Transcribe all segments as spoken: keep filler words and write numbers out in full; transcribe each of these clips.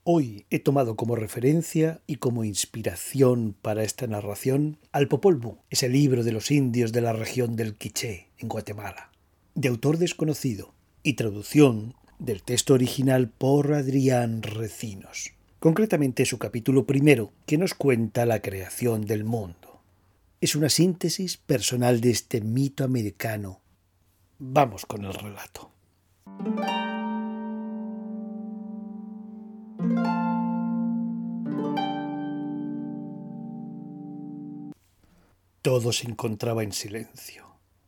Hoy he tomado como referencia y como inspiración para esta narración al Popol Vuh, ese libro de los indios de la región del Quiché, en Guatemala, de autor desconocido y traducción del texto original por Adrián Recinos. Concretamente su capítulo primero, que nos cuenta la creación del mundo. Es una síntesis personal de este mito americano. Vamos con el relato. Todo se encontraba en silencio.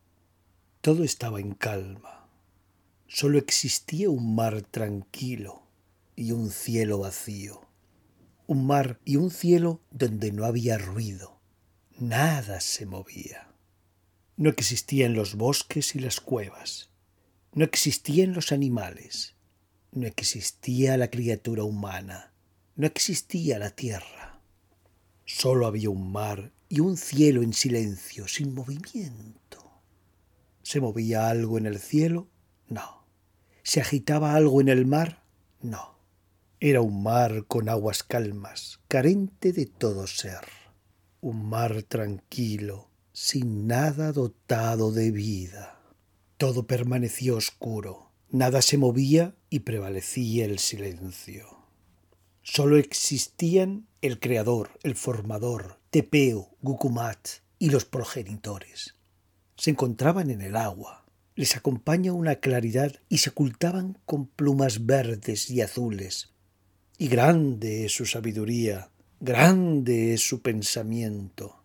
Todo estaba en calma. Solo existía un mar tranquilo y un cielo vacío. Un mar y un cielo donde no había ruido. Nada se movía. No existían los bosques y las cuevas. No existían los animales. No existía la criatura humana. No existía la tierra. Solo había un mar y un cielo en silencio, sin movimiento. ¿Se movía algo en el cielo? No. ¿Se agitaba algo en el mar? No. Era un mar con aguas calmas, carente de todo ser. Un mar tranquilo, sin nada dotado de vida. Todo permanecía oscuro, nada se movía y prevalecía el silencio. Solo existían el creador, el formador, Tepeo, Gucumat y los progenitores. Se encontraban en el agua, les acompaña una claridad y se ocultaban con plumas verdes y azules. Y grande es su sabiduría, grande es su pensamiento.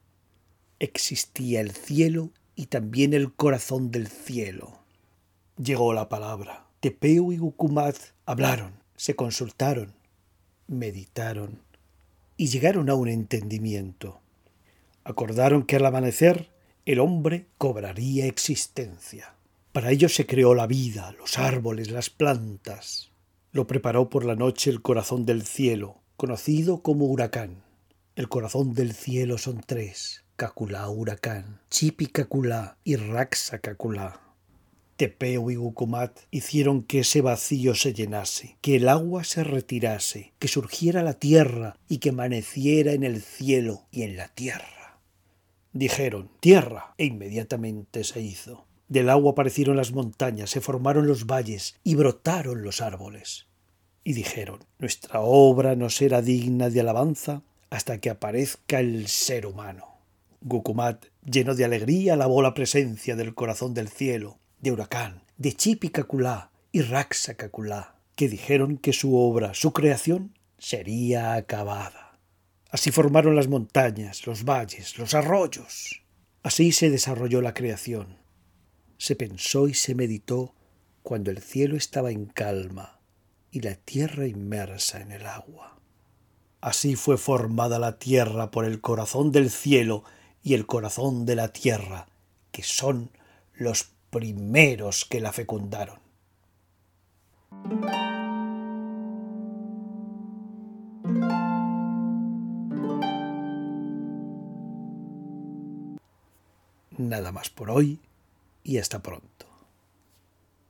Existía el cielo y también el corazón del cielo. Llegó la palabra. Tepeo y Gucumat hablaron, se consultaron, meditaron y llegaron a un entendimiento. Acordaron que al amanecer el hombre cobraría existencia. Para ello se creó la vida, los árboles, las plantas. Lo preparó por la noche el corazón del cielo, conocido como huracán. El corazón del cielo son tres: Caculá, huracán, Chipicaculá y Raxacaculá. Tepeo y Gucumat hicieron que ese vacío se llenase, que el agua se retirase, que surgiera la tierra y que amaneciera en el cielo y en la tierra. Dijeron: tierra, e inmediatamente se hizo. Del agua aparecieron las montañas, se formaron los valles y brotaron los árboles. Y dijeron: nuestra obra no será digna de alabanza hasta que aparezca el ser humano. Gucumat, lleno de alegría, alabó la presencia del corazón del cielo, de huracán, de Chipicaculá y Raxacaculá, que dijeron que su obra, su creación, sería acabada. Así formaron las montañas, los valles, los arroyos. Así se desarrolló la creación. Se pensó y se meditó cuando el cielo estaba en calma y la tierra inmersa en el agua. Así fue formada la tierra por el corazón del cielo y el corazón de la tierra, que son los primeros que la fecundaron. Nada más por hoy y hasta pronto.